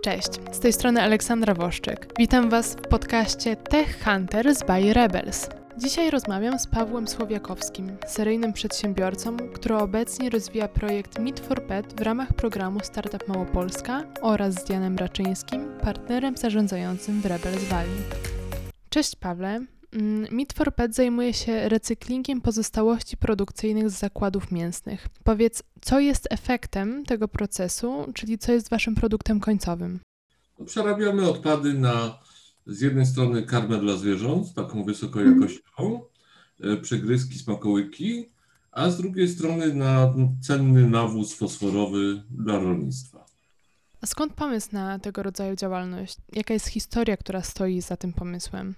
Cześć, z tej strony Aleksandra Woszczyk. Witam Was w podcaście Tech Hunters by Rebels. Dzisiaj rozmawiam z Pawłem Słowiakowskim, seryjnym przedsiębiorcą, który obecnie rozwija projekt Meat for Pet w ramach programu Startup Małopolska oraz z Janem Raczyńskim, partnerem zarządzającym w Rebels Valley. Cześć Pawle. Meat for Pet zajmuje się recyklingiem pozostałości produkcyjnych z zakładów mięsnych. Powiedz, co jest efektem tego procesu, czyli co jest waszym produktem końcowym? Przerabiamy odpady na z jednej strony karmę dla zwierząt, taką wysokojakościową, przegryzki, smakołyki, a z drugiej strony na cenny nawóz fosforowy dla rolnictwa. A skąd pomysł na tego rodzaju działalność? Jaka jest historia, która stoi za tym pomysłem?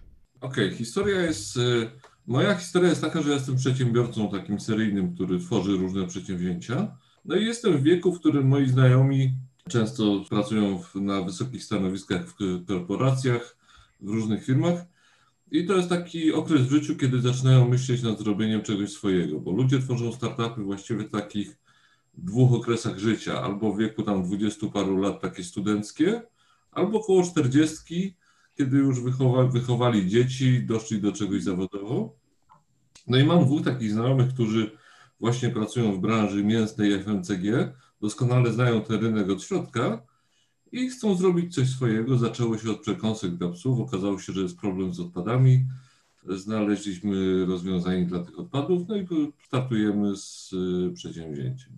Moja historia jest taka, że ja jestem przedsiębiorcą takim seryjnym, który tworzy różne przedsięwzięcia. No i jestem w wieku, w którym moi znajomi często pracują na wysokich stanowiskach w korporacjach, w różnych firmach. I to jest taki okres w życiu, kiedy zaczynają myśleć nad zrobieniem czegoś swojego, bo ludzie tworzą startupy właściwie w takich dwóch okresach życia, albo w wieku tam 20 paru lat takie studenckie, albo około 40, kiedy już wychowali dzieci, doszli do czegoś zawodowo. No i mam dwóch takich znajomych, którzy właśnie pracują w branży mięsnej FMCG, doskonale znają ten rynek od środka i chcą zrobić coś swojego. Zaczęło się od przekąsek dla psów, okazało się, że jest problem z odpadami. Znaleźliśmy rozwiązanie dla tych odpadów, no i startujemy z przedsięwzięciem.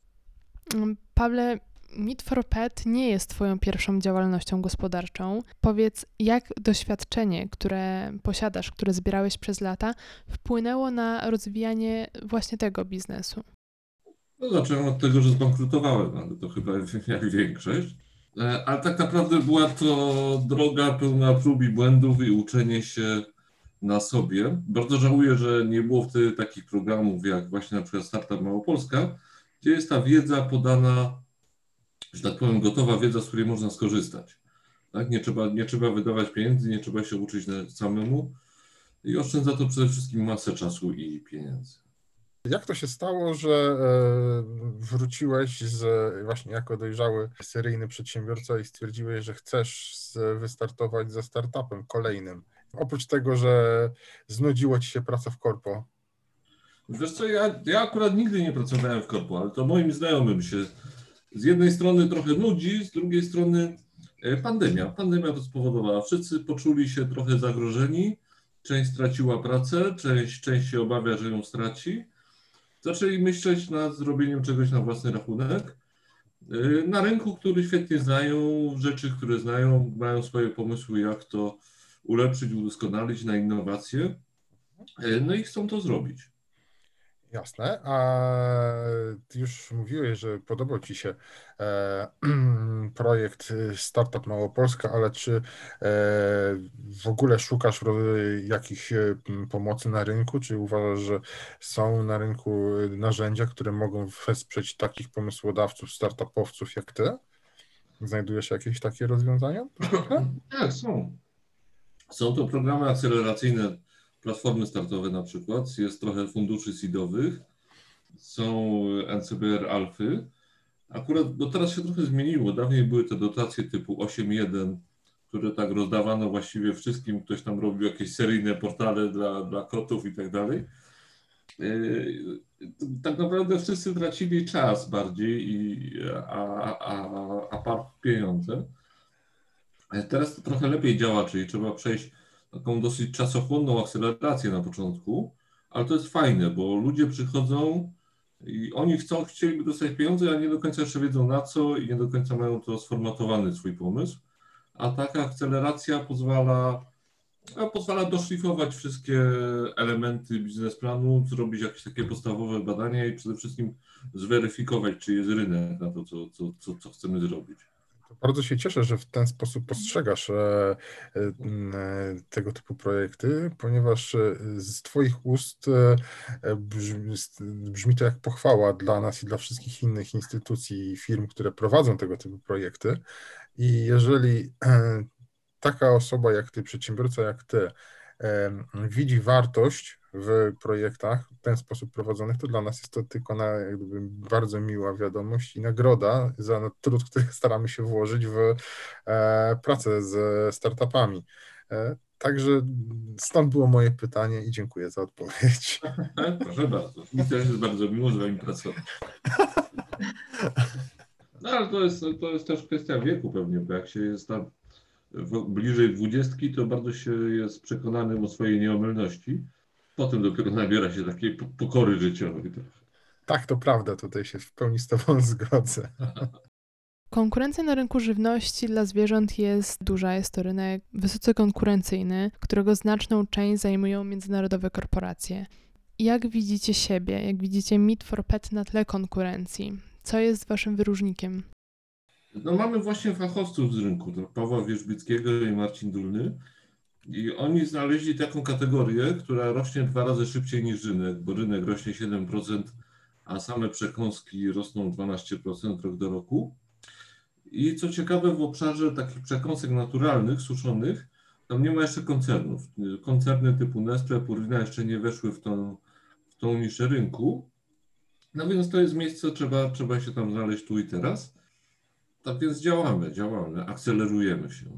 Pawle, Meat for Pet nie jest twoją pierwszą działalnością gospodarczą. Powiedz, jak doświadczenie, które posiadasz, które zbierałeś przez lata, wpłynęło na rozwijanie właśnie tego biznesu? No, zacząłem od tego, że zbankrutowałem, ale to chyba jak większość. Ale tak naprawdę była to droga pełna prób i błędów i uczenie się na sobie. Bardzo żałuję, że nie było wtedy takich programów jak właśnie na przykład Startup Małopolska, gdzie jest ta wiedza podana, że tak powiem, gotowa wiedza, z której można skorzystać. Tak? Nie trzeba wydawać pieniędzy, nie trzeba się uczyć samemu i oszczędza to przede wszystkim masę czasu i pieniędzy. Jak to się stało, że wróciłeś właśnie jako dojrzały seryjny przedsiębiorca i stwierdziłeś, że chcesz wystartować ze startupem kolejnym? Oprócz tego, że znudziła ci się praca w korpo. Wiesz co, ja akurat nigdy nie pracowałem w korpo, ale to moim znajomym się z jednej strony trochę nudzi, z drugiej strony pandemia. Pandemia to spowodowała. Wszyscy poczuli się trochę zagrożeni, część straciła pracę, część się obawia, że ją straci. Zaczęli myśleć nad zrobieniem czegoś na własny rachunek. Na rynku, który świetnie znają, rzeczy, które znają, mają swoje pomysły, jak to ulepszyć, udoskonalić na innowacje. No i chcą to zrobić. Jasne, a ty już mówiłeś, że podobał ci się projekt Startup Małopolska, ale czy w ogóle szukasz jakichś pomocy na rynku? Czy uważasz, że są na rynku narzędzia, które mogą wesprzeć takich pomysłodawców, startupowców jak ty? Znajdujesz jakieś takie rozwiązania? Tak, są. Są to programy akceleracyjne, platformy startowe na przykład, jest trochę funduszy seedowych, są NCBR Alfy. Akurat teraz się trochę zmieniło. Dawniej były te dotacje typu 8.1, które tak rozdawano właściwie wszystkim. Ktoś tam robił jakieś seryjne portale dla kotów i tak dalej. Tak naprawdę wszyscy tracili czas bardziej, a par pieniądze. Teraz to trochę lepiej działa, czyli trzeba przejść taką dosyć czasochłonną akcelerację na początku, ale to jest fajne, bo ludzie przychodzą i oni chcieliby dostać pieniądze, a nie do końca jeszcze wiedzą na co i nie do końca mają to sformatowany swój pomysł. A taka akceleracja pozwala doszlifować wszystkie elementy biznesplanu, zrobić jakieś takie podstawowe badania i przede wszystkim zweryfikować, czy jest rynek na to, co chcemy zrobić. Bardzo się cieszę, że w ten sposób postrzegasz tego typu projekty, ponieważ z Twoich ust brzmi to jak pochwała dla nas i dla wszystkich innych instytucji i firm, które prowadzą tego typu projekty. I jeżeli taka osoba jak Ty, przedsiębiorca jak Ty, widzi wartość w projektach w ten sposób prowadzonych, to dla nas jest to tylko jak gdyby bardzo miła wiadomość i nagroda za trud, który staramy się włożyć w pracę ze startupami. Także stąd było moje pytanie i dziękuję za odpowiedź. Proszę bardzo. Mi też jest bardzo miło z wami pracować. No ale to jest też kwestia wieku pewnie, bo jak się jest tam bliżej 20, to bardzo się jest przekonanym o swojej nieomylności. Potem dopiero nabiera się takiej pokory życiowej. Tak, to prawda, tutaj się w pełni z tobą zgodzę. Konkurencja na rynku żywności dla zwierząt jest duża. Jest to rynek wysoce konkurencyjny, którego znaczną część zajmują międzynarodowe korporacje. Jak widzicie siebie, jak widzicie Meat for Pet na tle konkurencji? Co jest waszym wyróżnikiem? No mamy właśnie fachowców z rynku, to Pawła Wierzbickiego i Marcin Dulny. I oni znaleźli taką kategorię, która rośnie 2 razy szybciej niż rynek, bo rynek rośnie 7%, a same przekąski rosną 12% rok do roku. I co ciekawe, w obszarze takich przekąsek naturalnych, suszonych, tam nie ma jeszcze koncernów. Koncerny typu Nestle, Purina jeszcze nie weszły w tą niszę rynku. No więc to jest miejsce, trzeba się tam znaleźć tu i teraz. Tak więc działamy, akcelerujemy się.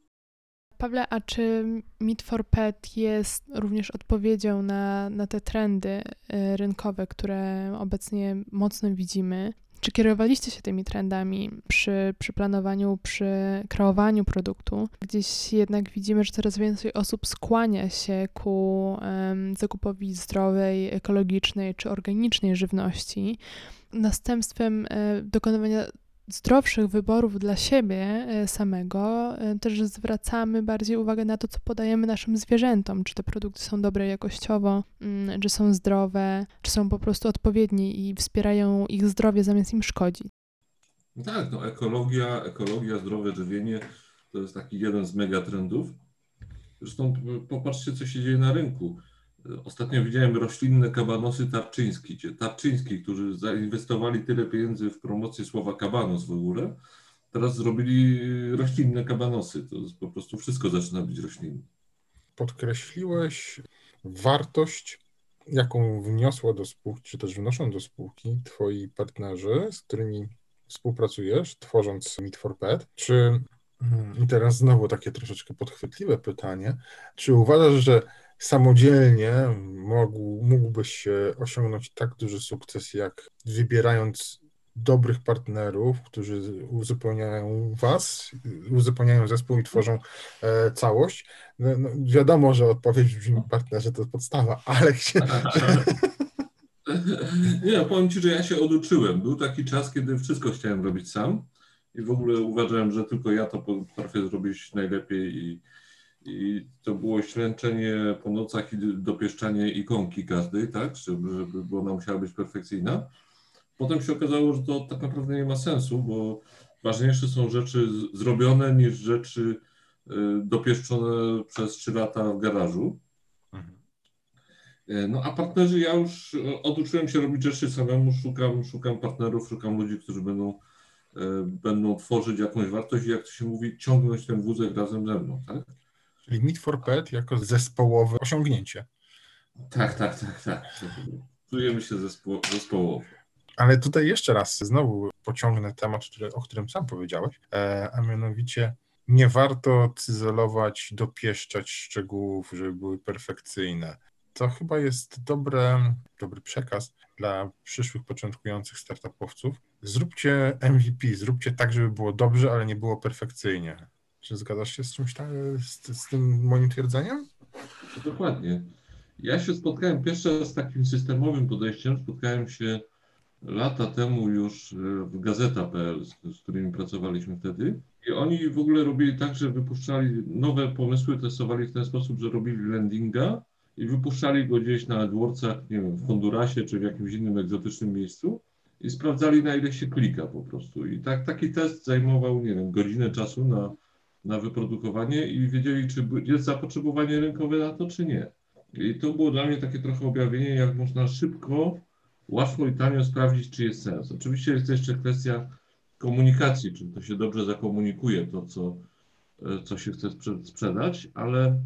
Pawle, a czy Meat for Pet jest również odpowiedzią na te trendy rynkowe, które obecnie mocno widzimy? Czy kierowaliście się tymi trendami przy planowaniu, przy kreowaniu produktu? Gdzieś jednak widzimy, że coraz więcej osób skłania się ku zakupowi zdrowej, ekologicznej czy organicznej żywności. Następstwem dokonywania zdrowszych wyborów dla siebie samego też zwracamy bardziej uwagę na to, co podajemy naszym zwierzętom. Czy te produkty są dobre jakościowo, czy są zdrowe, czy są po prostu odpowiednie i wspierają ich zdrowie zamiast im szkodzić. Tak, no ekologia, zdrowe żywienie to jest taki jeden z megatrendów. Zresztą popatrzcie, co się dzieje na rynku. Ostatnio widziałem roślinne kabanosy Tarczyński, którzy zainwestowali tyle pieniędzy w promocję słowa kabanos w ogóle. Teraz zrobili roślinne kabanosy. To jest po prostu wszystko zaczyna być roślinne. Podkreśliłeś wartość, jaką wniosła do spółki, czy też wnoszą do spółki twoi partnerzy, z którymi współpracujesz, tworząc Meat for Pet. I teraz znowu takie troszeczkę podchwytliwe pytanie, czy uważasz, że samodzielnie mógłbyś osiągnąć tak duży sukces, jak wybierając dobrych partnerów, którzy uzupełniają zespół i tworzą całość? No, wiadomo, że odpowiedź brzmi partnerzy to podstawa, ale Nie, powiem Ci, że ja się oduczyłem. Był taki czas, kiedy wszystko chciałem robić sam i w ogóle uważałem, że tylko ja to potrafię zrobić najlepiej i to było ślęczenie po nocach i dopieszczanie ikonki każdej, tak, bo ona musiała być perfekcyjna. Potem się okazało, że to tak naprawdę nie ma sensu, bo ważniejsze są rzeczy zrobione niż rzeczy dopieszczone przez 3 lata w garażu. No a partnerzy, ja już oduczyłem się robić rzeczy samemu, szukam partnerów, szukam ludzi, którzy będą tworzyć jakąś wartość i jak to się mówi, ciągnąć ten wózek razem ze mną, tak? Czyli Meat for Pet jako zespołowe osiągnięcie. Tak. Czujemy się zespołowo. Ale tutaj jeszcze raz znowu pociągnę temat, o którym sam powiedziałeś, a mianowicie nie warto cyzelować, dopieszczać szczegółów, żeby były perfekcyjne. To chyba jest dobry przekaz dla przyszłych początkujących startupowców. Zróbcie MVP, zróbcie tak, żeby było dobrze, ale nie było perfekcyjnie. Czy zgadzasz się z czymś z tym moim twierdzeniem? Dokładnie. Ja się spotkałem pierwszy raz z takim systemowym podejściem, spotkałem się lata temu już w Gazeta.pl, z którymi pracowaliśmy wtedy. I oni w ogóle robili tak, że wypuszczali nowe pomysły, testowali w ten sposób, że robili landinga i wypuszczali go gdzieś na AdWordsach, nie wiem, w Hondurasie czy w jakimś innym egzotycznym miejscu i sprawdzali, na ile się klika po prostu. I taki test zajmował, nie wiem, godzinę czasu na wyprodukowanie i wiedzieli, czy jest zapotrzebowanie rynkowe na to, czy nie. I to było dla mnie takie trochę objawienie, jak można szybko, łatwo i tanio sprawdzić, czy jest sens. Oczywiście jest jeszcze kwestia komunikacji, czy to się dobrze zakomunikuje, to co się chce sprzedać, ale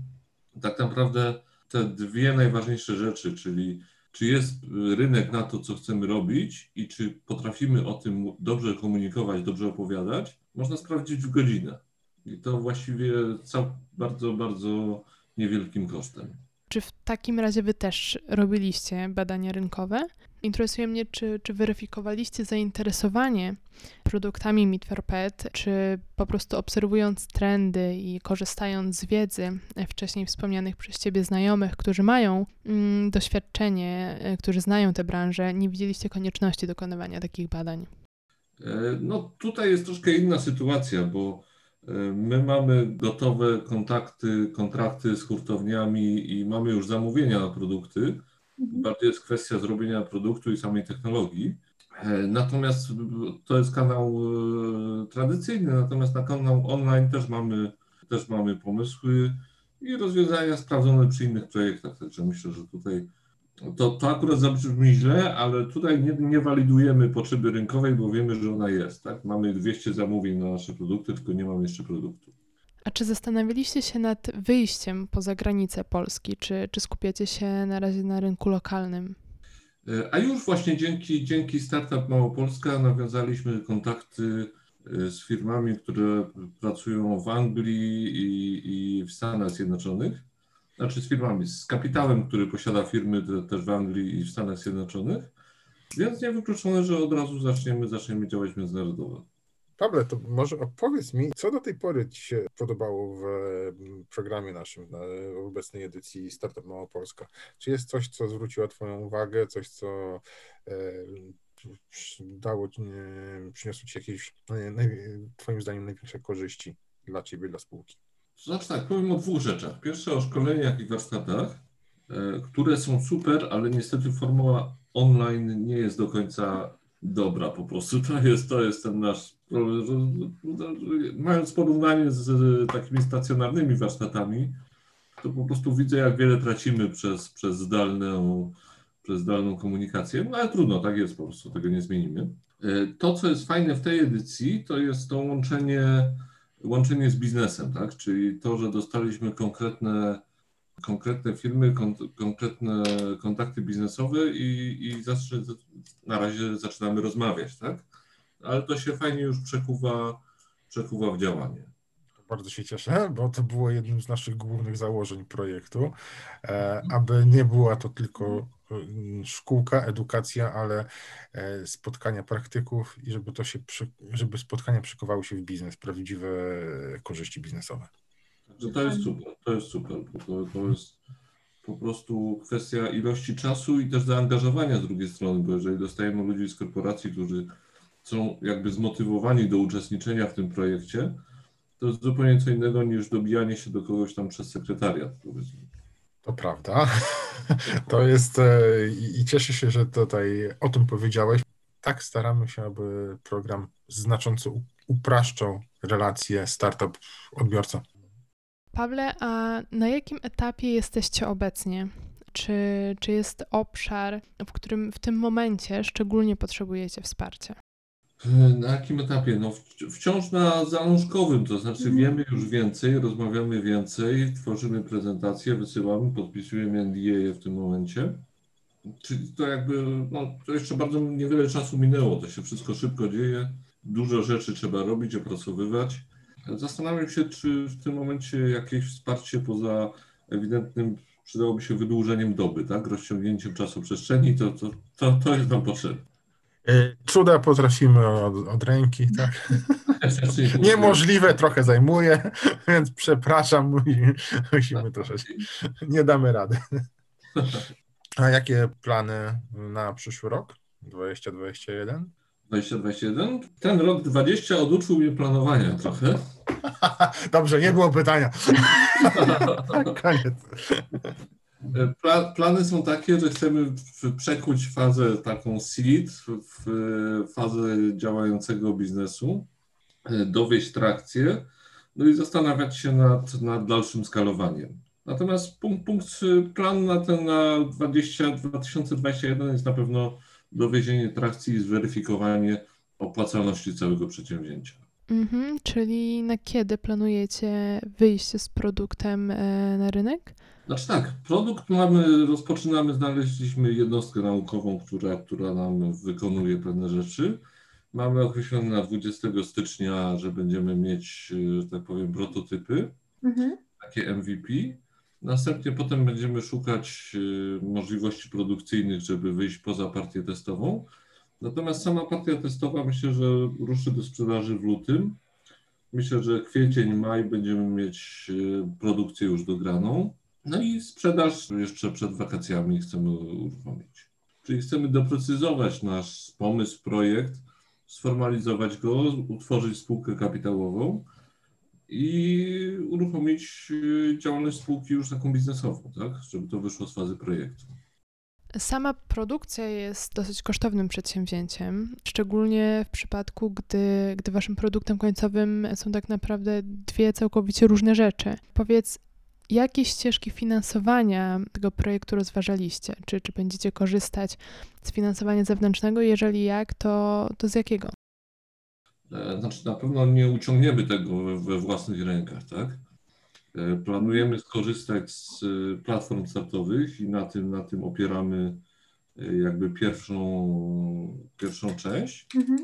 Tak naprawdę te dwie najważniejsze rzeczy, czyli czy jest rynek na to, co chcemy robić i czy potrafimy o tym dobrze komunikować, dobrze opowiadać, można sprawdzić w godzinę. I to właściwie bardzo, bardzo niewielkim kosztem. Czy w takim razie wy też robiliście badania rynkowe? Interesuje mnie, czy weryfikowaliście zainteresowanie produktami Meet4Pet, czy po prostu obserwując trendy i korzystając z wiedzy wcześniej wspomnianych przez ciebie znajomych, którzy mają doświadczenie, którzy znają tę branżę, nie widzieliście konieczności dokonywania takich badań? No tutaj jest troszkę inna sytuacja, bo my mamy gotowe kontrakty z hurtowniami i mamy już zamówienia na produkty. Bardziej jest kwestia zrobienia produktu i samej technologii. Natomiast to jest kanał tradycyjny, natomiast na kanał online też mamy pomysły i rozwiązania sprawdzone przy innych projektach. Także myślę, że tutaj to akurat zabrzmi źle, ale tutaj nie walidujemy potrzeby rynkowej, bo wiemy, że ona jest. Tak? Mamy 200 zamówień na nasze produkty, tylko nie mamy jeszcze produktu. A czy zastanawialiście się nad wyjściem poza granicę Polski, czy skupiacie się na razie na rynku lokalnym? A już właśnie dzięki Startup Małopolska nawiązaliśmy kontakty z firmami, które pracują w Anglii i w Stanach Zjednoczonych. Znaczy z firmami, z kapitałem, który posiada firmy też w Anglii i w Stanach Zjednoczonych. Więc niewykluczone, że od razu zaczniemy działać międzynarodowo. Pawle, to może opowiedz mi, co do tej pory Ci się podobało w programie naszym, w obecnej edycji Startup Małopolska? Czy jest coś, co zwróciło Twoją uwagę, coś, co przyniosło Ci jakieś, Twoim zdaniem, największe korzyści dla Ciebie, dla spółki? To znaczy tak, powiem o dwóch rzeczach. Pierwsze o szkoleniach i warsztatach, które są super, ale niestety formuła online nie jest do końca dobra po prostu. To jest ten nasz problem, że mając porównanie z takimi stacjonarnymi warsztatami, to po prostu widzę, jak wiele tracimy przez zdalną komunikację, no ale trudno, tak jest po prostu, tego nie zmienimy. To, co jest fajne w tej edycji, to jest to łączenie z biznesem, tak? Czyli to, że dostaliśmy konkretne firmy, konkretne kontakty biznesowe i na razie zaczynamy rozmawiać, tak? Ale to się fajnie już przekuwa w działanie. Bardzo się cieszę, bo to było jednym z naszych głównych założeń projektu, aby nie była to tylko szkółka, edukacja, ale spotkania praktyków i żeby spotkania przekuwały się w biznes, prawdziwe korzyści biznesowe. Także to jest super, bo to jest po prostu kwestia ilości czasu i też zaangażowania z drugiej strony, bo jeżeli dostajemy ludzi z korporacji, którzy są jakby zmotywowani do uczestniczenia w tym projekcie, to jest zupełnie co innego niż dobijanie się do kogoś tam przez sekretariat, powiedzmy. To prawda. To jest i cieszę się, że tutaj o tym powiedziałeś. Tak staramy się, aby program znacząco upraszczał relacje startup-odbiorca. Pawle, a na jakim etapie jesteście obecnie? Czy jest obszar, w którym w tym momencie szczególnie potrzebujecie wsparcia? Na jakim etapie? No wciąż na zalążkowym, to znaczy wiemy już więcej, rozmawiamy więcej, tworzymy prezentacje, wysyłamy, podpisujemy NDA w tym momencie. Czyli to jakby, no to jeszcze bardzo niewiele czasu minęło, to się wszystko szybko dzieje, dużo rzeczy trzeba robić, opracowywać. Zastanawiam się, czy w tym momencie jakieś wsparcie poza ewidentnym przydałoby się wydłużeniem doby, tak? Rozciągnięciem czasoprzestrzeni, to jest nam potrzebne. Cuda potrafimy od ręki, tak? Niemożliwe trochę zajmuje, więc przepraszam, musimy troszeczkę, nie damy rady. A jakie plany na przyszły rok? 2021? 2021? Ten rok 20 oduczył mnie planowania trochę. Dobrze, nie było pytania. Koniec. Plany są takie, że chcemy przekuć fazę taką seed w fazę działającego biznesu, dowieść trakcję, no i zastanawiać się nad dalszym skalowaniem. Natomiast plan na 2021 jest na pewno dowiezienie trakcji i zweryfikowanie opłacalności całego przedsięwzięcia. Czyli na kiedy planujecie wyjście z produktem na rynek? Znaczy tak, znaleźliśmy jednostkę naukową, która nam wykonuje pewne rzeczy. Mamy określone na 20 stycznia, że będziemy mieć, że tak powiem, prototypy, takie MVP. Następnie potem będziemy szukać możliwości produkcyjnych, żeby wyjść poza partię testową. Natomiast sama partia testowa myślę, że ruszy do sprzedaży w lutym. Myślę, że kwiecień, maj będziemy mieć produkcję już dograną. No i sprzedaż jeszcze przed wakacjami chcemy uruchomić. Czyli chcemy doprecyzować nasz pomysł, projekt, sformalizować go, utworzyć spółkę kapitałową i uruchomić działalność spółki już taką biznesową, tak? Żeby to wyszło z fazy projektu. Sama produkcja jest dosyć kosztownym przedsięwzięciem, szczególnie w przypadku, gdy waszym produktem końcowym są tak naprawdę dwie całkowicie różne rzeczy. Powiedz, jakie ścieżki finansowania tego projektu rozważaliście? Czy będziecie korzystać z finansowania zewnętrznego? Jeżeli jak, to z jakiego? Znaczy na pewno nie uciągniemy tego we własnych rękach, tak? Planujemy skorzystać z platform startowych i na tym opieramy jakby pierwszą część.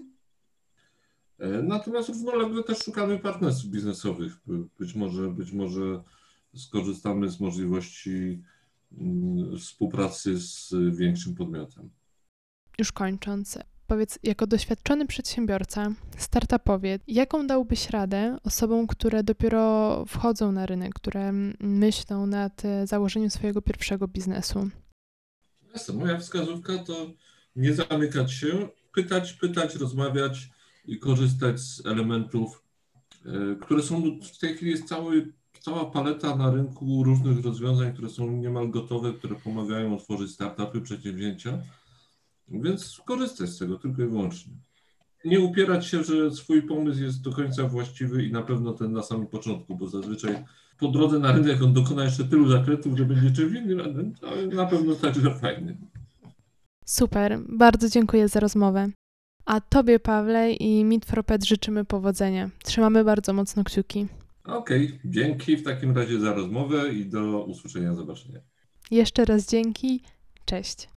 Natomiast równolegle też szukamy partnerstw biznesowych. Być może skorzystamy z możliwości współpracy z większym podmiotem. Już kończąc, powiedz, jako doświadczony przedsiębiorca, startupowiec, jaką dałbyś radę osobom, które dopiero wchodzą na rynek, które myślą nad założeniem swojego pierwszego biznesu? Moja wskazówka to nie zamykać się, pytać, rozmawiać i korzystać z elementów, które są w tej chwili jest cała paleta na rynku różnych rozwiązań, które są niemal gotowe, które pomagają otworzyć startupy, przedsięwzięcia, więc korzystać z tego tylko i wyłącznie. Nie upierać się, że swój pomysł jest do końca właściwy i na pewno ten na samym początku, bo zazwyczaj po drodze na rynek on dokona jeszcze tylu zakrętów, że będzie czymś innym, ale na pewno także fajnym. Super, bardzo dziękuję za rozmowę. A Tobie, Pawle, i Meet4Pet życzymy powodzenia. Trzymamy bardzo mocno kciuki. Okej, dzięki w takim razie za rozmowę i do usłyszenia, zobaczenia. Jeszcze raz dzięki, cześć.